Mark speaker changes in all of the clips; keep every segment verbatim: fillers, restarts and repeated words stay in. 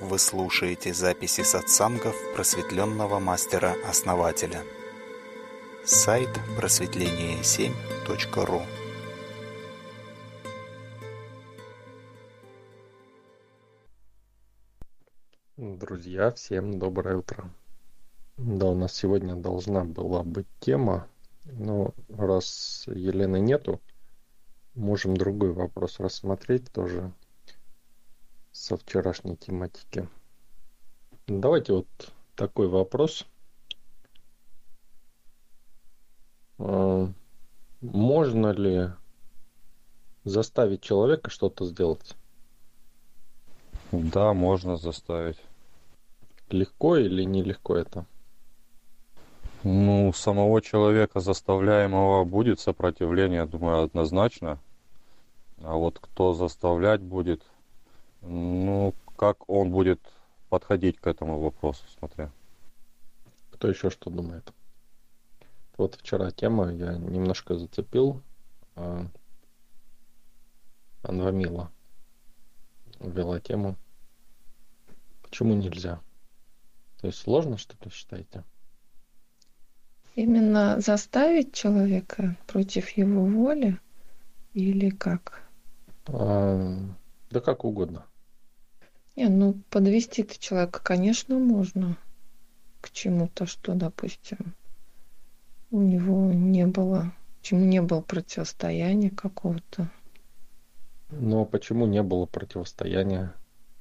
Speaker 1: Вы слушаете записи сатсангов просветленного мастера-основателя. Сайт просветление семь точка ру.
Speaker 2: Друзья, всем доброе утро. Да, у нас сегодня должна была быть тема, но раз Елены нету, можем другой вопрос рассмотреть тоже со вчерашней тематики. Давайте вот такой вопрос. Можно ли заставить человека что-то сделать?
Speaker 3: Да, можно заставить.
Speaker 2: Легко или нелегко это?
Speaker 3: Ну, у самого человека заставляемого будет сопротивление, думаю, однозначно. А вот кто заставлять будет, ну, как он будет подходить к этому вопросу, смотря.
Speaker 2: Кто еще что думает? Вот вчера тема я немножко зацепил. Анвамила ввела тему. Почему нельзя? То есть сложно, что ли, считаете?
Speaker 4: Именно заставить человека против его воли или как?
Speaker 2: А, да как угодно.
Speaker 4: Не, ну подвести-то человека, конечно, можно к чему-то, что, допустим, у него не было, чему не было противостояния какого-то.
Speaker 2: Но почему не было противостояния?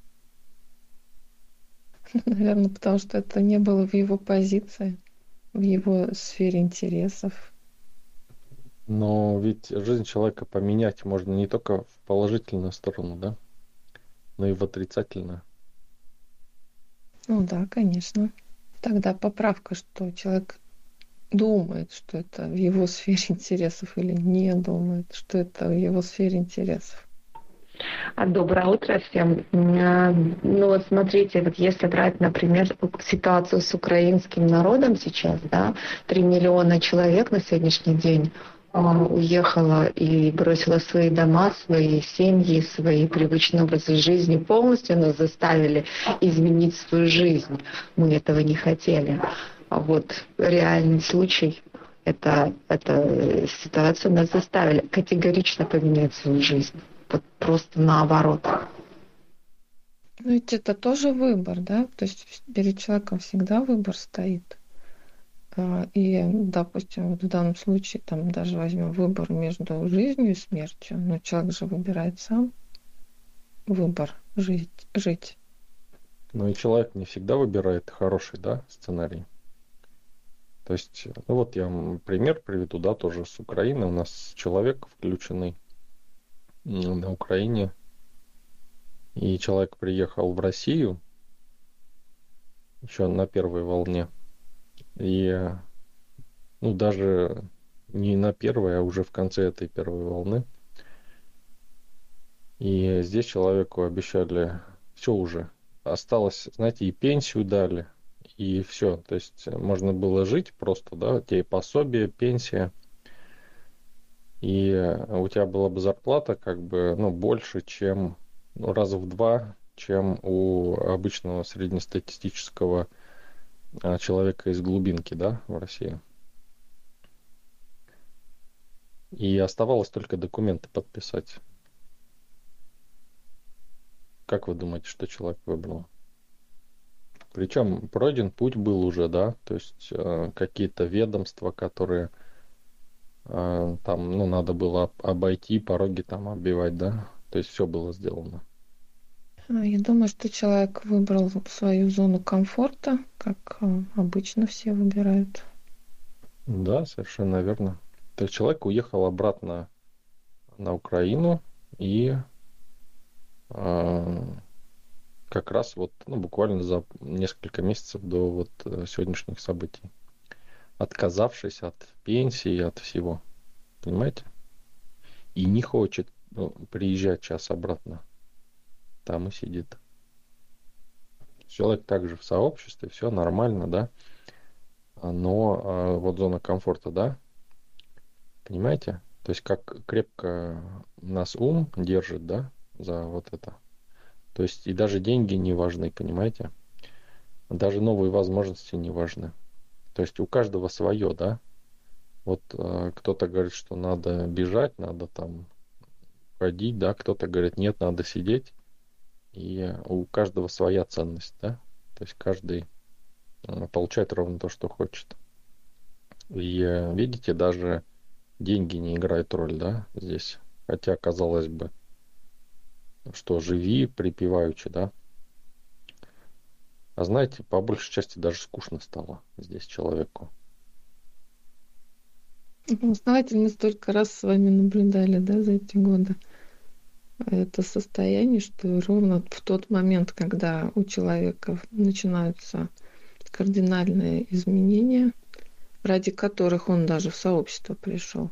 Speaker 4: Наверное, потому что это не было в его позиции, в его сфере интересов.
Speaker 2: Но ведь жизнь человека поменять можно не только в положительную сторону, да? Но и в отрицательную.
Speaker 4: Ну да, конечно. Тогда поправка, что человек думает, что это в его сфере интересов, или не думает, что это в его сфере интересов.
Speaker 5: Доброе утро всем. Ну вот смотрите, вот если брать, например, ситуацию с украинским народом сейчас, да, три миллиона человек на сегодняшний день уехала и бросила свои дома, свои семьи, свои привычные образы жизни полностью, нас заставили изменить свою жизнь. Мы этого не хотели. А вот реальный случай, это, это ситуация нас заставили категорично поменять свою жизнь. Вот просто наоборот.
Speaker 4: Ну ведь это тоже выбор, да? То есть перед человеком всегда выбор стоит. И, допустим, вот в данном случае, там даже возьмем выбор между жизнью и смертью, но человек же выбирает сам выбор жить. жить.
Speaker 2: Но и человек не всегда выбирает хороший, да, сценарий. То есть, ну вот я вам пример приведу, да, тоже с Украины. У нас человек включенный на Украине, и человек приехал в Россию еще на первой волне. И, ну, даже не на первой, а уже в конце этой первой волны. И здесь человеку обещали все уже. Осталось, знаете, и пенсию дали, и все. То есть можно было жить просто, да, те пособия, пенсия. И у тебя была бы зарплата как бы, ну, больше, чем, ну, раза в два, чем у обычного среднестатистического человека из глубинки, да, в России. И оставалось только документы подписать. Как вы думаете, что человек выбрал? Причем пройден путь был уже, да, то есть э, какие-то ведомства, которые э, там, ну, надо было обойти, пороги там оббивать, да, то есть все было сделано.
Speaker 4: Я думаю, что человек выбрал свою зону комфорта, как обычно все выбирают.
Speaker 2: Да, совершенно верно. То есть человек уехал обратно на Украину и э, как раз вот, ну, буквально за несколько месяцев до вот сегодняшних событий, отказавшись от пенсии, от всего, понимаете? И не хочет, ну, приезжать сейчас обратно. Там и сидит. Человек также в сообществе, все нормально, да? Но а, вот зона комфорта, да? Понимаете? То есть как крепко нас ум держит, да, за вот это. То есть и даже деньги не важны, понимаете? Даже новые возможности не важны. То есть у каждого свое, да? Вот э, кто-то говорит, что надо бежать, надо там ходить, да, кто-то говорит, нет, надо сидеть. И у каждого своя ценность, да? То есть каждый э, получает ровно то, что хочет. И э, видите, даже деньги не играют роль, да, здесь. Хотя, казалось бы, что живи припеваючи, да. А знаете, по большей части даже скучно стало здесь человеку.
Speaker 4: Ну, знаете, мы столько раз с вами наблюдали, да, за эти годы это состояние, что ровно в тот момент, когда у человека начинаются кардинальные изменения, ради которых он даже в сообщество пришел,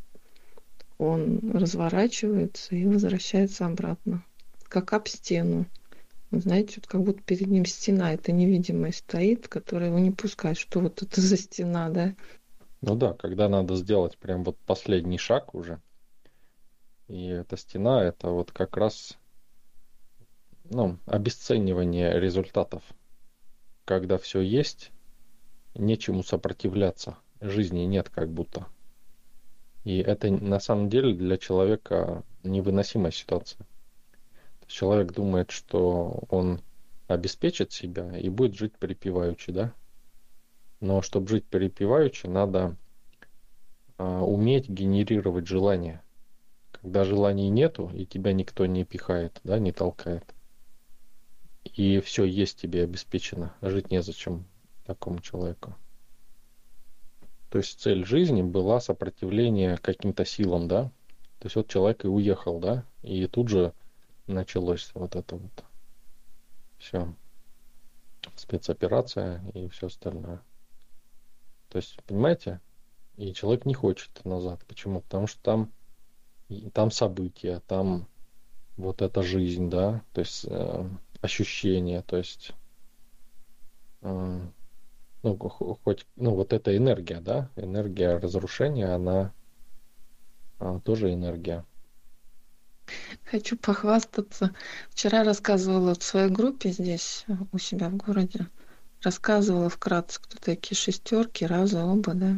Speaker 4: он разворачивается и возвращается обратно, как об стену. Вы знаете, вот как будто перед ним стена, это невидимая стоит, которая его не пускает. Что вот это за стена, да?
Speaker 2: Ну да, когда надо сделать прям вот последний шаг уже, и эта стена, это вот как раз, ну, обесценивание результатов. Когда все есть, нечему сопротивляться. Жизни нет как будто. И это на самом деле для человека невыносимая ситуация. Человек думает, что он обеспечит себя и будет жить припеваючи, да? Но чтобы жить припеваючи, надо а, уметь генерировать желание. Когда желаний нету, и тебя никто не пихает, да, не толкает, и все есть тебе обеспечено, жить незачем такому человеку. То есть цель жизни была сопротивление каким-то силам, да? То есть вот человек и уехал, да? И тут же началось вот это вот все, спецоперация и все остальное. То есть, понимаете, и человек не хочет назад. Почему? Потому что там, там события, там вот эта жизнь, да, то есть э, ощущения, то есть, э, ну, хоть, ну, вот эта энергия, да, энергия разрушения, она э, тоже энергия.
Speaker 4: Хочу похвастаться. Вчера рассказывала в своей группе здесь, у себя в городе, рассказывала вкратце, кто такие шестерки, раза, оба, да.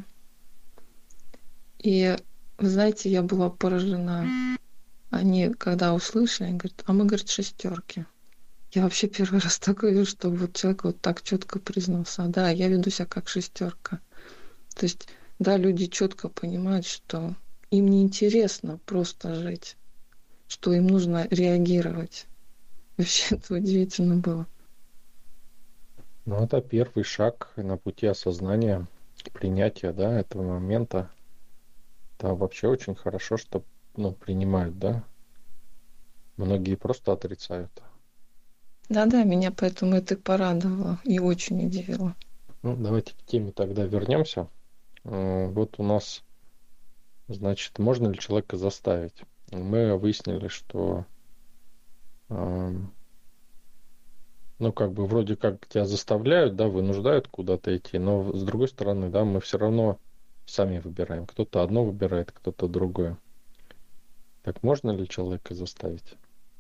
Speaker 4: И, вы знаете, я была поражена. Они, когда услышали, они говорят, а мы, говорит, шестерки. Я вообще первый раз такое вижу, что вот человек вот так четко признался. Да, я веду себя как шестерка. То есть, да, люди четко понимают, что им не интересно просто жить, что им нужно реагировать. Вообще это удивительно было.
Speaker 2: Ну, это первый шаг на пути осознания, принятия, да, этого момента. Это вообще очень хорошо, что, ну, принимают, да. Многие просто отрицают.
Speaker 4: Да-да, меня поэтому это и порадовало и очень удивило.
Speaker 2: Ну, давайте к теме тогда вернемся. Э, Вот у нас, значит, можно ли человека заставить? Мы выяснили, что, э, ну, как бы вроде как тебя заставляют, да, вынуждают куда-то идти, но с другой стороны, да, мы все равно сами выбираем. Кто-то одно выбирает, кто-то другое. Так можно ли человека заставить?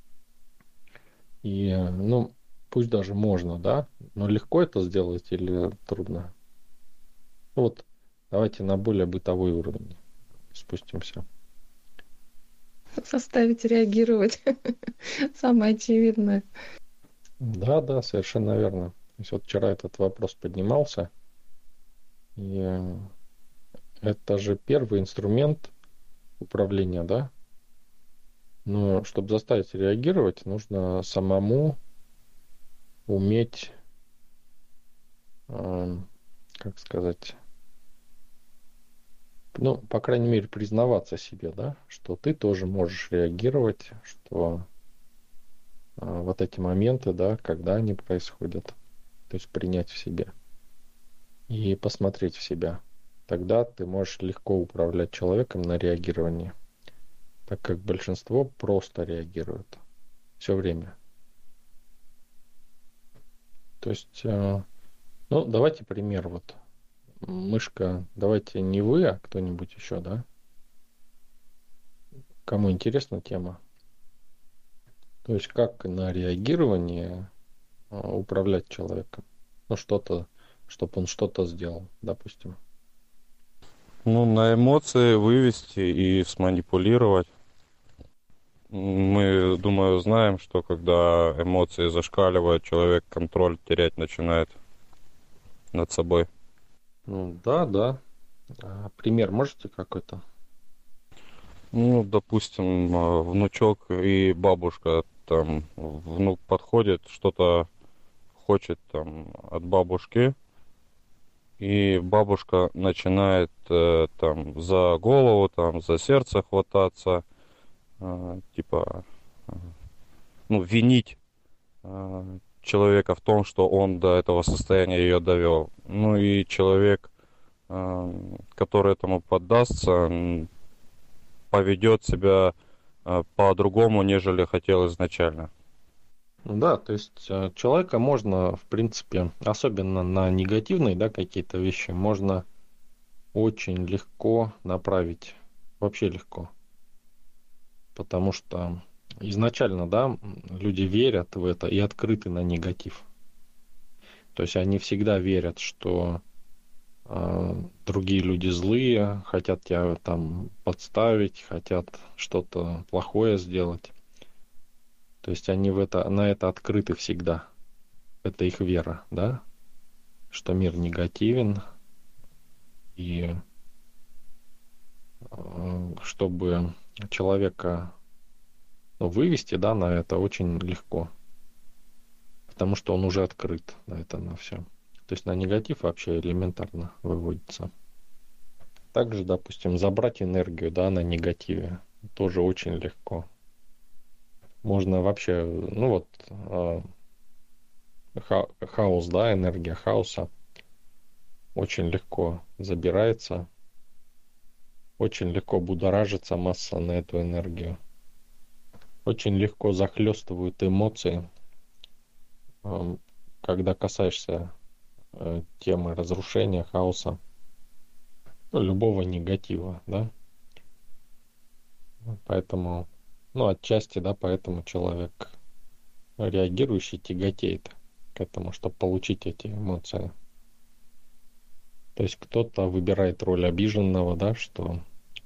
Speaker 2: И, э, ну, пусть даже можно, да, но легко это сделать или трудно? Вот давайте на более бытовой уровень спустимся.
Speaker 4: Заставить реагировать. Самое очевидное.
Speaker 2: Да, да, совершенно верно. То есть вот вчера этот вопрос поднимался, и э, это же первый инструмент управления, да? Но чтобы заставить реагировать, нужно самому уметь, э, как сказать, ну, по крайней мере, признаваться себе, да, что ты тоже можешь реагировать, что э, вот эти моменты, да, когда они происходят, то есть принять в себе и посмотреть в себя. Тогда ты можешь легко управлять человеком на реагировании, так как большинство просто реагирует все время. То есть, э, ну, давайте пример вот. Мышка, давайте не вы, а кто-нибудь еще, да? Кому интересна тема? То есть как на реагирование а, управлять человеком? Ну, что-то, чтобы он что-то сделал, допустим.
Speaker 3: Ну, на эмоции вывести и сманипулировать. Мы, думаю, знаем, что когда эмоции зашкаливают, человек контроль терять начинает над собой.
Speaker 2: Ну, да, да. А пример можете какой-то?
Speaker 3: Ну, допустим, а, внучок и бабушка, там, внук подходит, что-то хочет там от бабушки, и бабушка начинает э, там за голову, там, за сердце хвататься, э, типа, э, ну, винить э, человека в том, что он до этого состояния ее довел. Ну и человек, э, который этому поддастся, м, поведет себя э, по-другому, нежели хотел изначально.
Speaker 2: Ну да, то есть э, человека можно, в принципе, особенно на негативные, да, какие-то вещи, можно очень легко направить. Вообще легко. Потому что изначально, да, м, люди верят в это и открыты на негатив. То есть они всегда верят, что э, другие люди злые, хотят тебя там подставить, хотят что-то плохое сделать. То есть они в это, на это открыты всегда. Это их вера, да, что мир негативен, и э, чтобы человека, ну, вывести, да, на это очень легко, потому что он уже открыт на это, на все. То есть на негатив вообще элементарно выводится. Также, допустим, забрать энергию, да, на негативе тоже очень легко. Можно вообще, ну вот, э, ха- хаос, да, энергия хаоса очень легко забирается, очень легко будоражится масса на эту энергию. Очень легко захлестывают эмоции, эм, когда касаешься э, темы разрушения, хаоса, ну, любого негатива, да. Поэтому, ну, отчасти, да, поэтому человек, реагирующий, тяготеет к этому, чтобы получить эти эмоции. То есть кто-то выбирает роль обиженного, да, что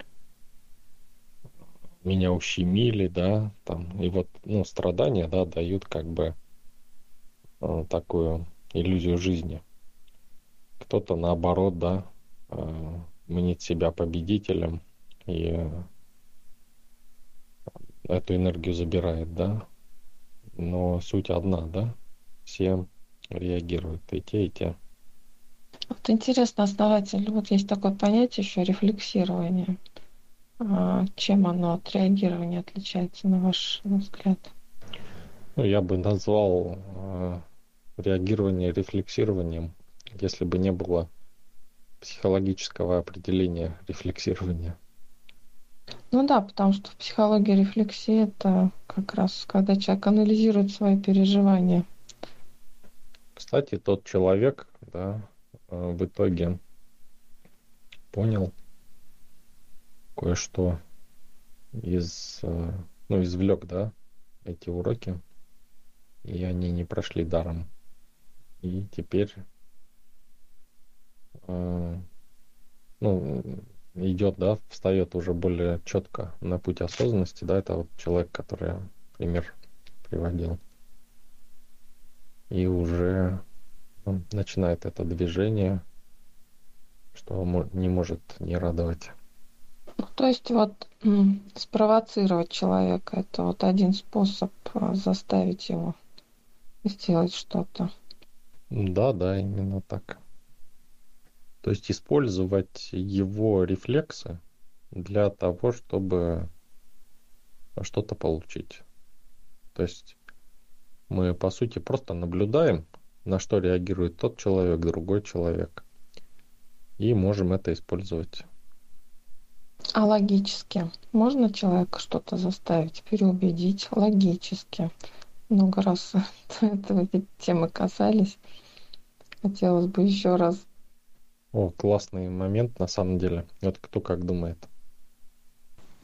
Speaker 2: меня ущемили, да, там, и вот, ну, страдания, да, дают как бы э, такую иллюзию жизни. Кто-то наоборот, да, э, мнит себя победителем и э, эту энергию забирает, да. Но суть одна, да. Все реагируют, и те, и те.
Speaker 4: Вот интересно, основатель, вот есть такое понятие еще рефлексирование. А чем оно от реагирования отличается, на ваш взгляд?
Speaker 2: Ну, я бы назвал э, реагирование рефлексированием, если бы не было психологического определения рефлексирования.
Speaker 4: Ну да, потому что в психологии рефлексии это как раз когда человек анализирует свои переживания.
Speaker 2: Кстати, тот человек, да, э, в итоге понял кое-что из, э, ну, извлек, да, эти уроки, и они не прошли даром. И теперь, э, ну, идет, да, встает уже более четко на путь осознанности, да, это вот человек, который я пример приводил. И уже ну, начинает это движение, что мо- не может не радовать.
Speaker 4: Ну, то есть вот м, спровоцировать человека это вот один способ а, заставить его сделать что-то.
Speaker 2: Да, да, именно так. То есть использовать его рефлексы для того, чтобы что-то получить. То есть мы, по сути, просто наблюдаем, на что реагирует тот человек, другой человек, и можем это использовать.
Speaker 4: А логически можно человека что-то заставить, переубедить логически? Много раз этого этой темы касались. Хотелось бы еще раз.
Speaker 2: О, классный момент, на самом деле. Вот кто как думает.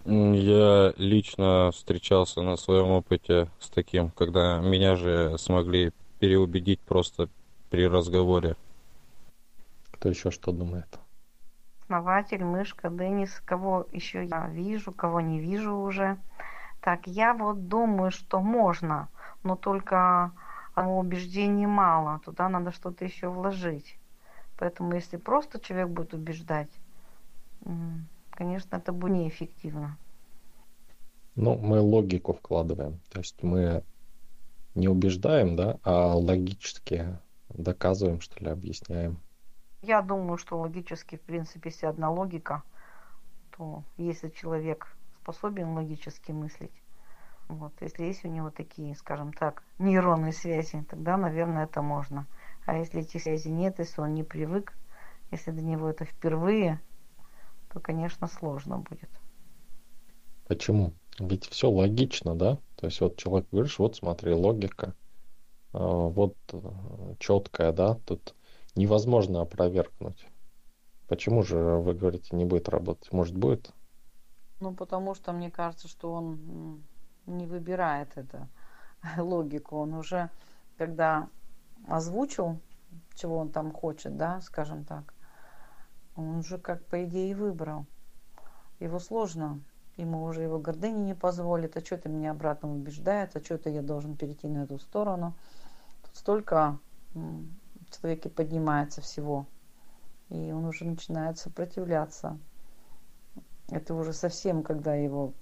Speaker 3: М, Я лично встречался на своем опыте с таким, когда меня же смогли переубедить просто при разговоре.
Speaker 2: Кто еще что думает?
Speaker 6: Основатель, мышка, Денис, кого еще я вижу, кого не вижу уже. Так, я вот думаю, что можно, но только одного убеждения мало. Туда надо что-то еще вложить. Поэтому если просто человек будет убеждать, м, конечно, это будет неэффективно.
Speaker 2: Ну, мы логику вкладываем. То есть мы не убеждаем, да, а логически доказываем, что ли, объясняем.
Speaker 6: Я думаю, что логически, в принципе, если одна логика, то если человек способен логически мыслить, вот, если есть у него такие, скажем так, нейронные связи, тогда, наверное, это можно. А если этих связей нет, если он не привык, если для него это впервые, то, конечно, сложно будет.
Speaker 2: Почему? Ведь все логично, да? То есть вот человек говоришь, вот смотри, логика, а, вот четкая, да, тут невозможно опровергнуть. Почему же вы говорите, не будет работать? Может, будет?
Speaker 7: Ну, потому что мне кажется, что он м, не выбирает это логику. Он уже, когда озвучил, чего он там хочет, да, скажем так, он уже как по идее выбрал. Его сложно. Ему уже его гордыня не позволит. А что это меня обратно убеждает? А что это я должен перейти на эту сторону? Тут столько м, в человеке поднимается всего. И он уже начинает сопротивляться. Это уже совсем, когда его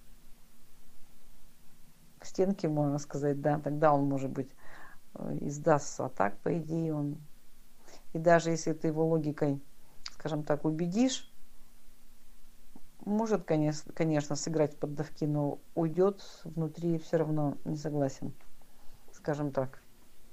Speaker 7: к стенке, можно сказать, да, тогда он, может быть, э, издастся. А так, по идее, он... И даже если ты его логикой, скажем так, убедишь, может, конечно, конечно, сыграть в поддавки, но уйдет внутри все равно не согласен, скажем так.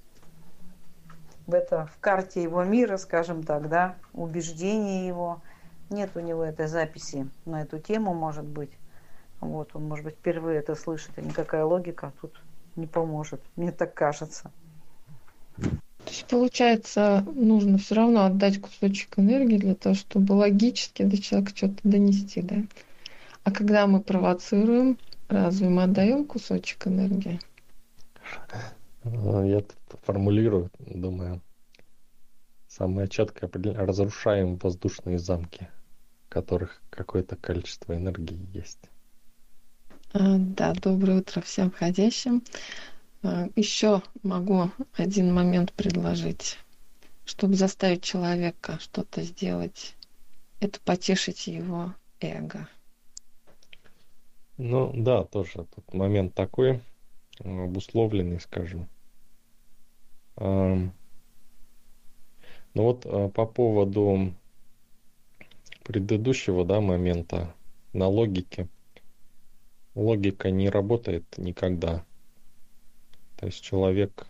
Speaker 7: В это, в карте его мира, скажем так, да, убеждения его. Нет у него этой записи на эту тему, может быть. Вот, он, может быть, впервые это слышит, и никакая логика тут не поможет. Мне так кажется.
Speaker 4: То есть, получается, нужно все равно отдать кусочек энергии для того, чтобы логически до человека что-то донести, да? А когда мы провоцируем, разве мы отдаем кусочек энергии?
Speaker 2: А, Я тут формулирую, думаю, самое четкое определение. Разрушаем воздушные замки, в которых какое-то количество энергии есть.
Speaker 4: А, Да, доброе утро всем входящим. А, Еще могу один момент предложить, чтобы заставить человека что-то сделать. Это потешить его эго.
Speaker 2: Ну да, тоже тут момент такой, м, обусловленный, скажем. Ам, Ну вот а, по поводу предыдущего, да, момента на логике. Логика не работает никогда. То есть человек,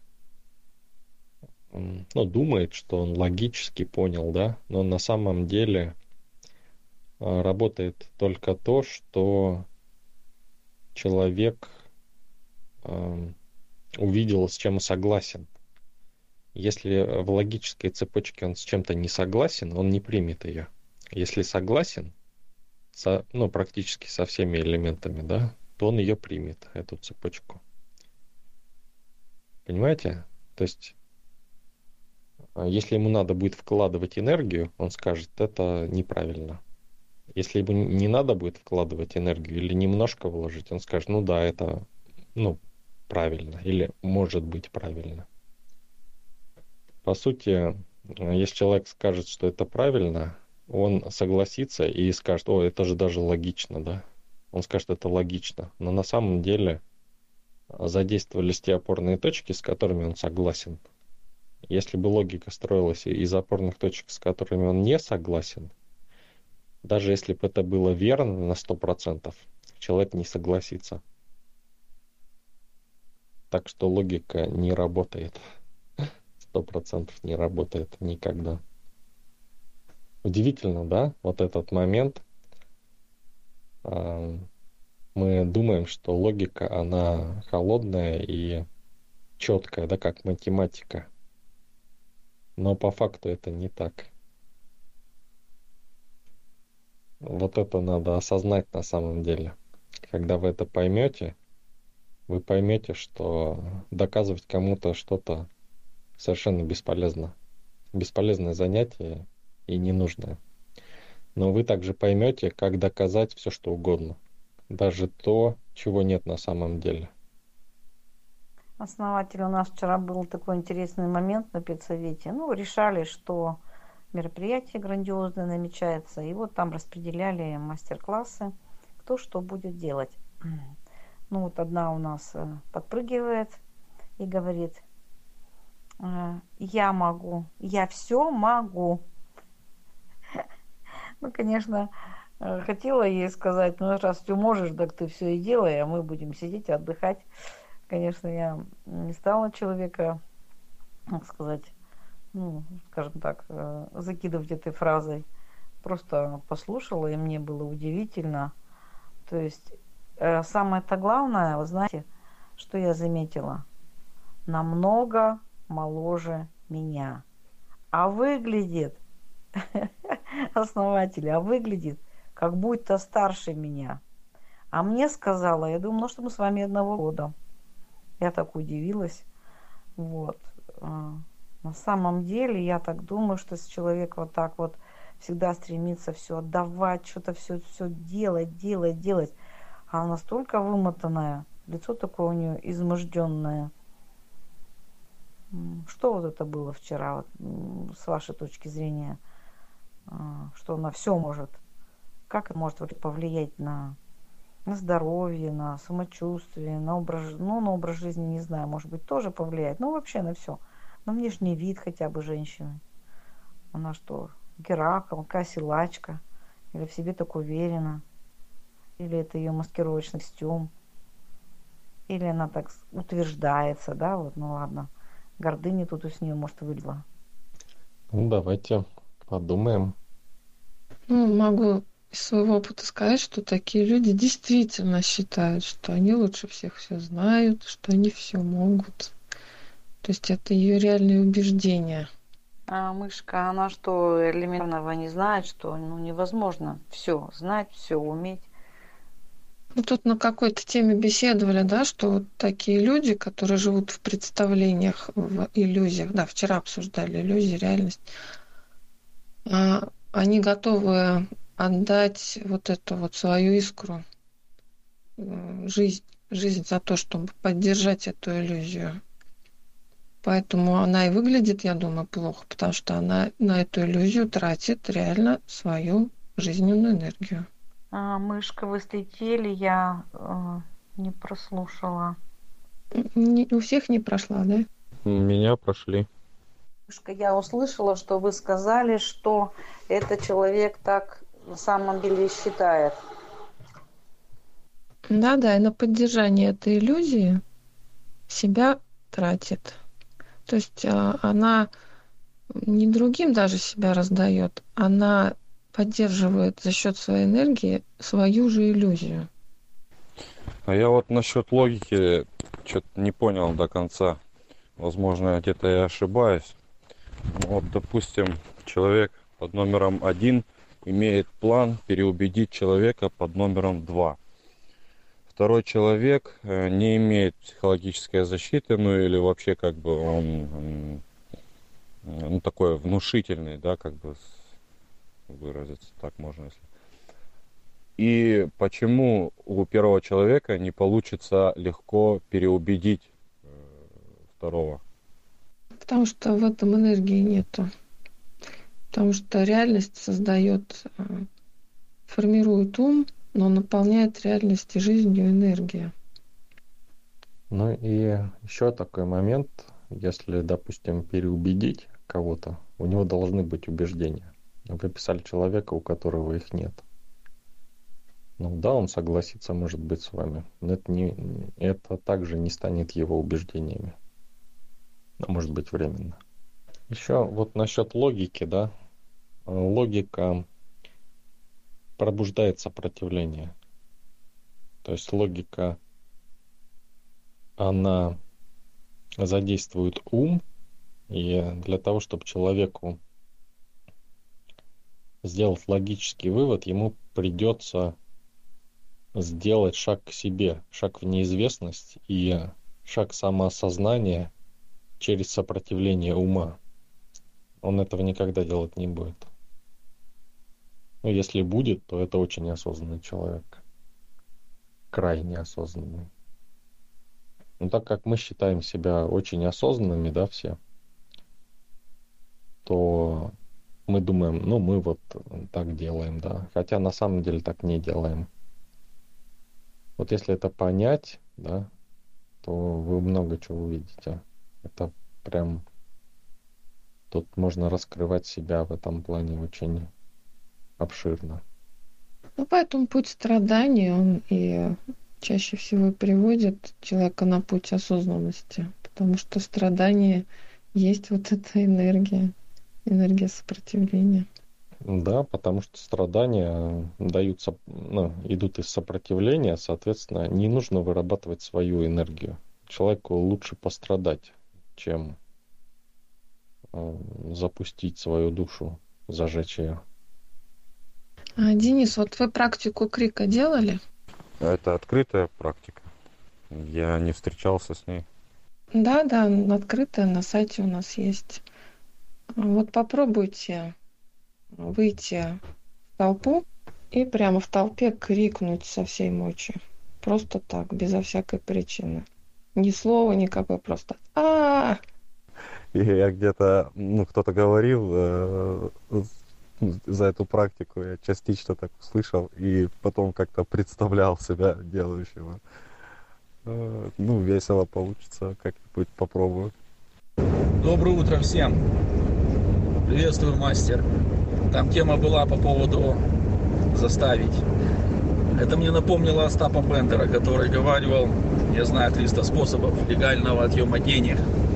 Speaker 2: м, ну, думает, что он логически понял, да, но на самом деле а, работает только то, что человек ам, увидел, с чем он согласен. Если в логической цепочке он с чем-то не согласен, он не примет ее. Если согласен, со, ну, практически со всеми элементами, да, то он ее примет, эту цепочку. Понимаете? То есть, а, если ему надо будет вкладывать энергию, он скажет, это неправильно. Если ему не надо будет вкладывать энергию или немножко вложить, он скажет, ну да, это, ну, правильно или может быть правильно. По сути, если человек скажет, что это правильно, он согласится и скажет, о, это же даже логично, да. Он скажет, это логично. Но на самом деле задействовались те опорные точки, с которыми он согласен. Если бы логика строилась из опорных точек, с которыми он не согласен, даже если бы это было верно на сто процентов, человек не согласится. Так что логика не работает. Сто процентов не работает никогда. Удивительно, да? Вот этот момент. А, Мы думаем, что логика, она холодная и четкая, да, как математика. Но по факту это не так. Вот это надо осознать на самом деле. Когда вы это поймете, вы поймете, что доказывать кому-то что-то совершенно бесполезно. Бесполезное занятие и ненужное. Но вы также поймете, как доказать все, что угодно. Даже то, чего нет на самом деле.
Speaker 6: Основатель, у нас вчера был такой интересный момент на педсовете. Ну, решали, что мероприятие грандиозное намечается. И вот там распределяли мастер-классы, кто что будет делать. Ну, вот одна у нас э, подпрыгивает и говорит: э, я могу, я все могу. Ну, конечно, э, хотела ей сказать: ну, раз ты можешь, так ты все и делай, а мы будем сидеть, отдыхать. Конечно, я не стала человека, как сказать, ну, скажем так, э, закидывать этой фразой. Просто послушала, и мне было удивительно. То есть э, самое-то главное, вы знаете, что я заметила? Намного моложе меня. А выглядит, основатель, а выглядит, как будто старше меня. А мне сказала, я думаю, ну что мы с вами одного года. Я так удивилась. Вот. На самом деле, я так думаю, что если человек вот так вот всегда стремится все отдавать, что-то все, все делать, делать, делать, а она настолько вымотанная, лицо такое у нее изможденное. Что вот это было вчера, вот, с вашей точки зрения, что она все может? Как это может повлиять на... на здоровье, на самочувствие, на образ, ну, на образ жизни, не знаю, может быть, тоже повлияет. Ну, вообще на все. На внешний вид хотя бы женщины. Она что, Геракл, какая силачка? Или в себе так уверена? Или это ее маскировочный костюм? Или она так утверждается, да, вот, ну ладно. Гордыни тут у с нее, может, вылила.
Speaker 2: Ну, давайте подумаем.
Speaker 4: Ну, могу из своего опыта сказать, что такие люди действительно считают, что они лучше всех все знают, что они все могут. То есть это ее реальные убеждения.
Speaker 7: А мышка, она что, элементарного не знает, что ну, невозможно все знать, все уметь.
Speaker 4: Ну, тут на какой-то теме беседовали, да, что вот такие люди, которые живут в представлениях, в иллюзиях, да, вчера обсуждали иллюзии, реальность, а, они готовы отдать вот эту вот свою искру, жизнь, жизнь за то, чтобы поддержать эту иллюзию. Поэтому она и выглядит, я думаю, плохо, потому что она на эту иллюзию тратит реально свою жизненную энергию.
Speaker 6: А, мышка, вы слетели, я э, не прослушала.
Speaker 4: Не, у всех не прошла, да?
Speaker 3: Меня прошли.
Speaker 7: Мышка, я услышала, что вы сказали, что этот человек так на самом деле считает.
Speaker 4: Да-да, и на поддержание этой иллюзии себя тратит. То есть а, она не другим даже себя раздает, она поддерживает за счет своей энергии свою же иллюзию.
Speaker 3: А я вот насчет логики что-то не понял до конца. Возможно, где-то я ошибаюсь. Вот, допустим, человек под номером один имеет план переубедить человека под номером два. Второй человек не имеет психологической защиты, ну или вообще как бы он, ну, такой внушительный, да, как бы выразиться так можно, если. И почему у первого человека не получится легко переубедить второго?
Speaker 4: Потому что в этом энергии нету. Потому что реальность создает, формирует ум, но наполняет реальность и жизнью энергия.
Speaker 2: Ну и еще такой момент, если, допустим, переубедить кого-то, у него должны быть убеждения. Вы писали человека, у которого их нет. Ну да, он согласится, может быть, с вами, но это, не, это также не станет его убеждениями. Ну, может быть, временно. Еще вот насчет логики, да. Логика пробуждает сопротивление. То есть логика, она задействует ум, и для того, чтобы человеку сделать логический вывод, ему придется сделать шаг к себе, шаг в неизвестность и шаг самоосознания через сопротивление ума. Он этого никогда делать не будет. Ну, если будет, то это очень осознанный человек. Крайне осознанный. Но так как мы считаем себя очень осознанными, да, все, то мы думаем, ну, мы вот так делаем, да. Хотя на самом деле так не делаем. Вот если это понять, да, то вы много чего увидите. Это прям... Тут можно раскрывать себя в этом плане очень обширно.
Speaker 4: Ну, поэтому путь страданий, он и чаще всего приводит человека на путь осознанности. Потому что страдание есть вот эта энергия, энергия сопротивления.
Speaker 2: Да, потому что страдания даются, ну, идут из сопротивления, соответственно, не нужно вырабатывать свою энергию. Человеку лучше пострадать, чем э, запустить свою душу, зажечь ее.
Speaker 4: А, Денис, вот вы практику крика делали?
Speaker 3: Это открытая практика. Я не встречался с ней.
Speaker 4: Да, да, открытая, на сайте у нас есть. Вот попробуйте выйти в толпу и прямо в толпе крикнуть со всей мочи. Просто так, безо всякой причины. Ни слова никакой, просто а
Speaker 3: И я где-то, ну, кто-то говорил э, за эту практику, я частично так услышал и потом как-то представлял себя делающего. Э, ну, весело получится, как-нибудь попробую.
Speaker 8: Доброе утро всем. Приветствую, мастер. Там тема была по поводу заставить. Это мне напомнило Остапа Бендера, который говаривал, я знаю триста способов легального отъема денег.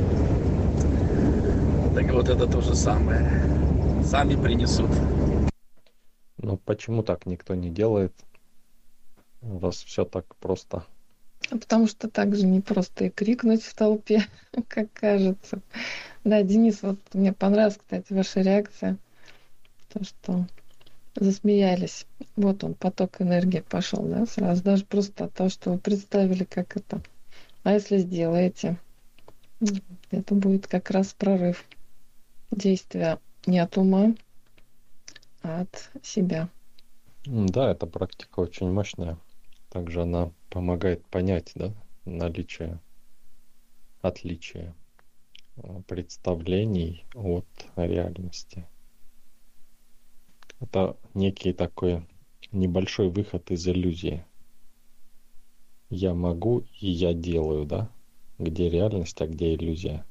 Speaker 8: Так вот это то же самое. Сами принесут.
Speaker 2: Ну почему так никто не делает? У вас все так просто.
Speaker 4: Потому что так же не просто и крикнуть в толпе, как кажется. Да, Денис, вот мне понравилась, кстати, ваша реакция. То, что засмеялись. Вот он, поток энергии пошел, да, сразу. Даже просто от того, что вы представили, как это. А если сделаете, это будет как раз прорыв. Действия не от ума, а от себя.
Speaker 2: Да, эта практика очень мощная. Также она помогает понять, да, наличие, отличие представлений от реальности. Это некий такой небольшой выход из иллюзии. Я могу и я делаю, да? Где реальность, а где иллюзия?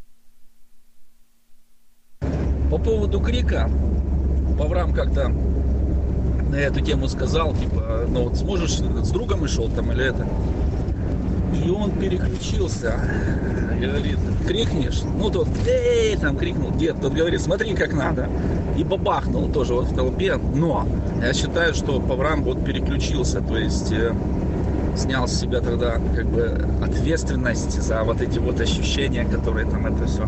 Speaker 8: По поводу крика, Паврам как-то на эту тему сказал, типа, ну вот сможешь, с другом и шел там или это. И он переключился, говорит, крикнешь, ну тот, эй, там крикнул, дед, тот говорит, смотри, как надо. И бабахнул тоже вот в толпе, но я считаю, что Паврам вот переключился, то есть э, снял с себя тогда как бы ответственность за вот эти вот ощущения, которые там это все.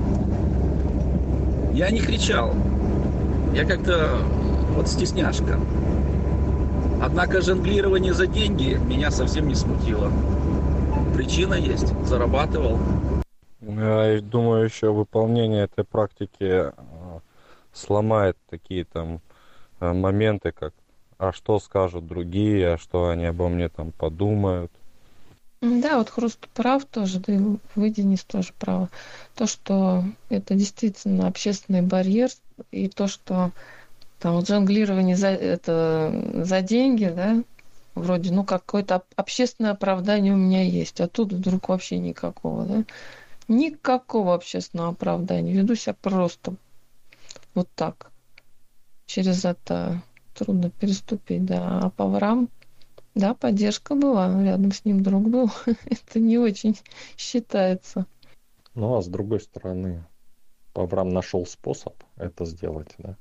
Speaker 8: Я не кричал, я как-то вот стесняшка. Однако жонглирование за деньги меня совсем не смутило. Причина есть, зарабатывал.
Speaker 3: Я думаю, еще выполнение этой практики сломает такие там моменты, как а что скажут другие, а что они обо мне там подумают.
Speaker 4: Да, вот Хруст прав тоже, да и вы, Денис, тоже правы. То, что это действительно общественный барьер, и то, что там вот жонглирование за, это, за деньги, да, вроде, ну, какое-то общественное оправдание у меня есть, а тут вдруг вообще никакого, да. Никакого общественного оправдания. Веду себя просто вот так. Через это трудно переступить, да. А Паврам, да, поддержка была, рядом с ним друг был. Это не очень считается.
Speaker 2: Ну, а с другой стороны, Паврам нашел способ это сделать, да?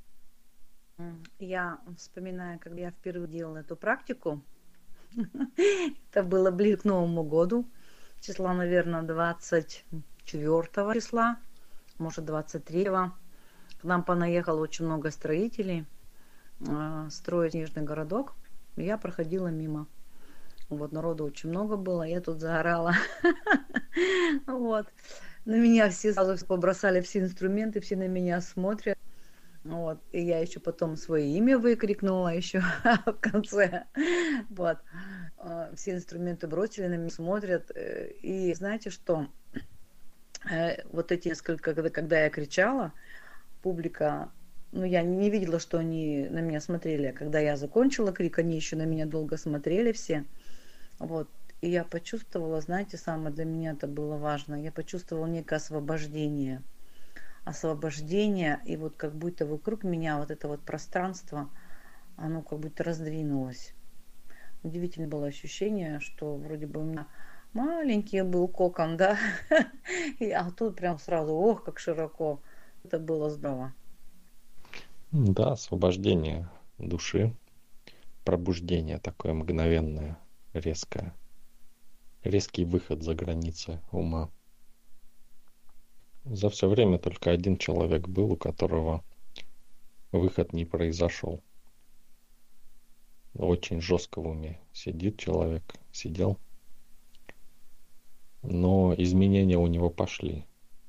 Speaker 6: Я вспоминаю, когда я впервые делала эту практику, это было ближе к Новому году, числа, наверное, двадцать четвёртого числа, может, двадцать третьего. К нам понаехало очень много строителей, строить Нижний городок. Я проходила мимо.
Speaker 7: Вот, народу очень много было, я тут загорала. Вот. На меня все сразу побросали все инструменты, все на меня смотрят. Вот. И я еще потом свое имя выкрикнула еще в конце. Вот. Все инструменты бросили, на меня смотрят. И знаете что? Вот эти несколько, когда, когда я кричала, публика, ну, я не видела, что они на меня смотрели. Когда я закончила крик, они еще на меня долго смотрели все. Вот. И я почувствовала, знаете, самое для меня это было важно, я почувствовала некое освобождение. Освобождение, и вот как будто вокруг меня вот это вот пространство, оно как будто раздвинулось. Удивительное было ощущение, что вроде бы у меня маленький был кокон, да, а тут прям сразу, ох, как широко. Это было здорово.
Speaker 2: Да, освобождение души, пробуждение такое мгновенное, резкое. Резкий выход за границы ума. За все время только один человек был, у которого выход не произошел. Очень жестко в уме сидит человек, сидел. Но изменения у него пошли.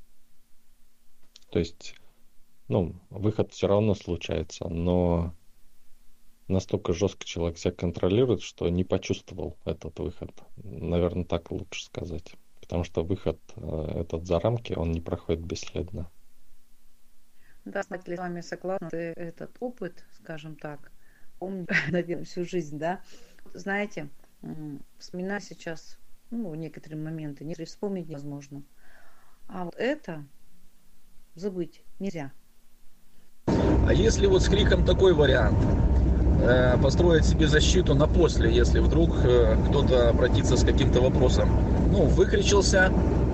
Speaker 2: То есть, ну, выход все равно случается, но настолько жестко человек себя контролирует, что не почувствовал этот выход. Наверное, так лучше сказать. Потому что выход этот за рамки, он не проходит бесследно.
Speaker 7: Да, с вами согласна. Этот опыт, скажем так, помню, наверное, всю жизнь, да. Знаете, вспоминаю сейчас, ну, некоторые моменты, некоторые вспомнить невозможно. А вот это забыть нельзя.
Speaker 8: А если вот с криком такой вариант? Построить себе защиту на после, если вдруг кто-то обратится с каким-то вопросом. Ну, выкричился,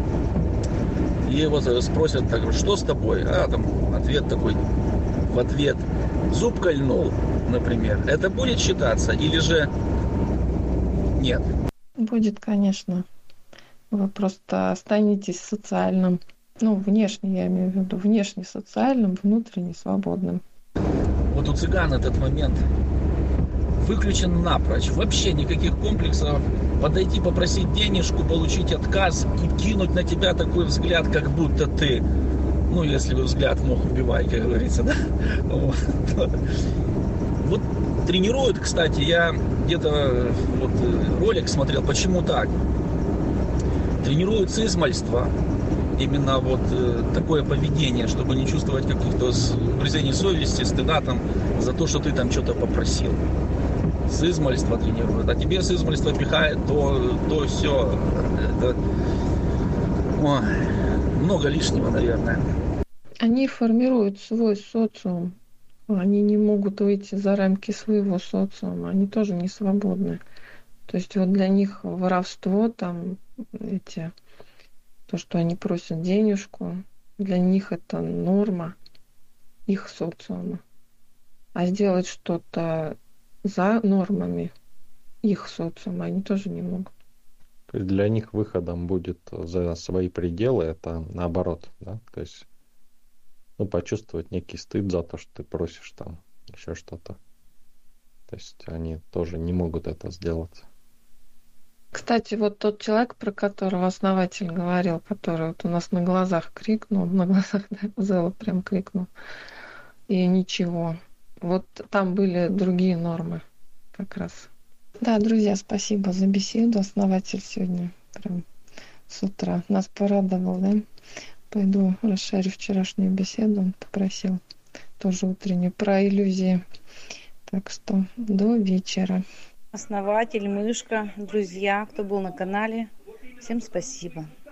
Speaker 8: и вот спросят, так, что с тобой? А там ответ такой, в ответ, зуб кольнул, например. Это будет считаться или же нет?
Speaker 4: Будет, конечно. Вы просто останетесь социальным, ну, внешне, я имею в виду, внешне социальным, внутренне свободным.
Speaker 8: Вот у цыган этот момент выключен напрочь. Вообще никаких комплексов. Подойти, попросить денежку, получить отказ и кинуть на тебя такой взгляд, как будто ты, ну, если бы взгляд мог убивать, как говорится, да? Вот, вот тренируют, кстати, я где-то вот ролик смотрел, почему так? Тренируют с измальства именно вот такое поведение, чтобы не чувствовать каких-то угрызений совести, стыда там за то, что ты там что-то попросил. С измальства тренируют, а тебе с измальства пихает, то, то все. Это... Ой, много лишнего, наверное.
Speaker 4: Они формируют свой социум. Они не могут выйти за рамки своего социума. Они тоже не свободны. То есть вот для них воровство, там, эти, то, что они просят денежку, для них это норма их социума. А сделать что-то за нормами их социума они тоже не могут.
Speaker 2: То есть для них выходом будет за свои пределы, это наоборот, да, то есть, ну, почувствовать некий стыд за то, что ты просишь там еще что-то. То есть они тоже не могут это сделать.
Speaker 4: Кстати, вот тот человек, про которого основатель говорил, который вот у нас на глазах крикнул, на глазах, да, Зела прям крикнул, и ничего. Вот там были другие нормы как раз. Да, друзья, спасибо за беседу. Основатель сегодня прям с утра нас порадовал, да? Пойду расшарю вчерашнюю беседу, он попросил тоже утреннюю про иллюзии. Так что до вечера.
Speaker 7: Основатель, Мышка, друзья, кто был на канале, всем спасибо.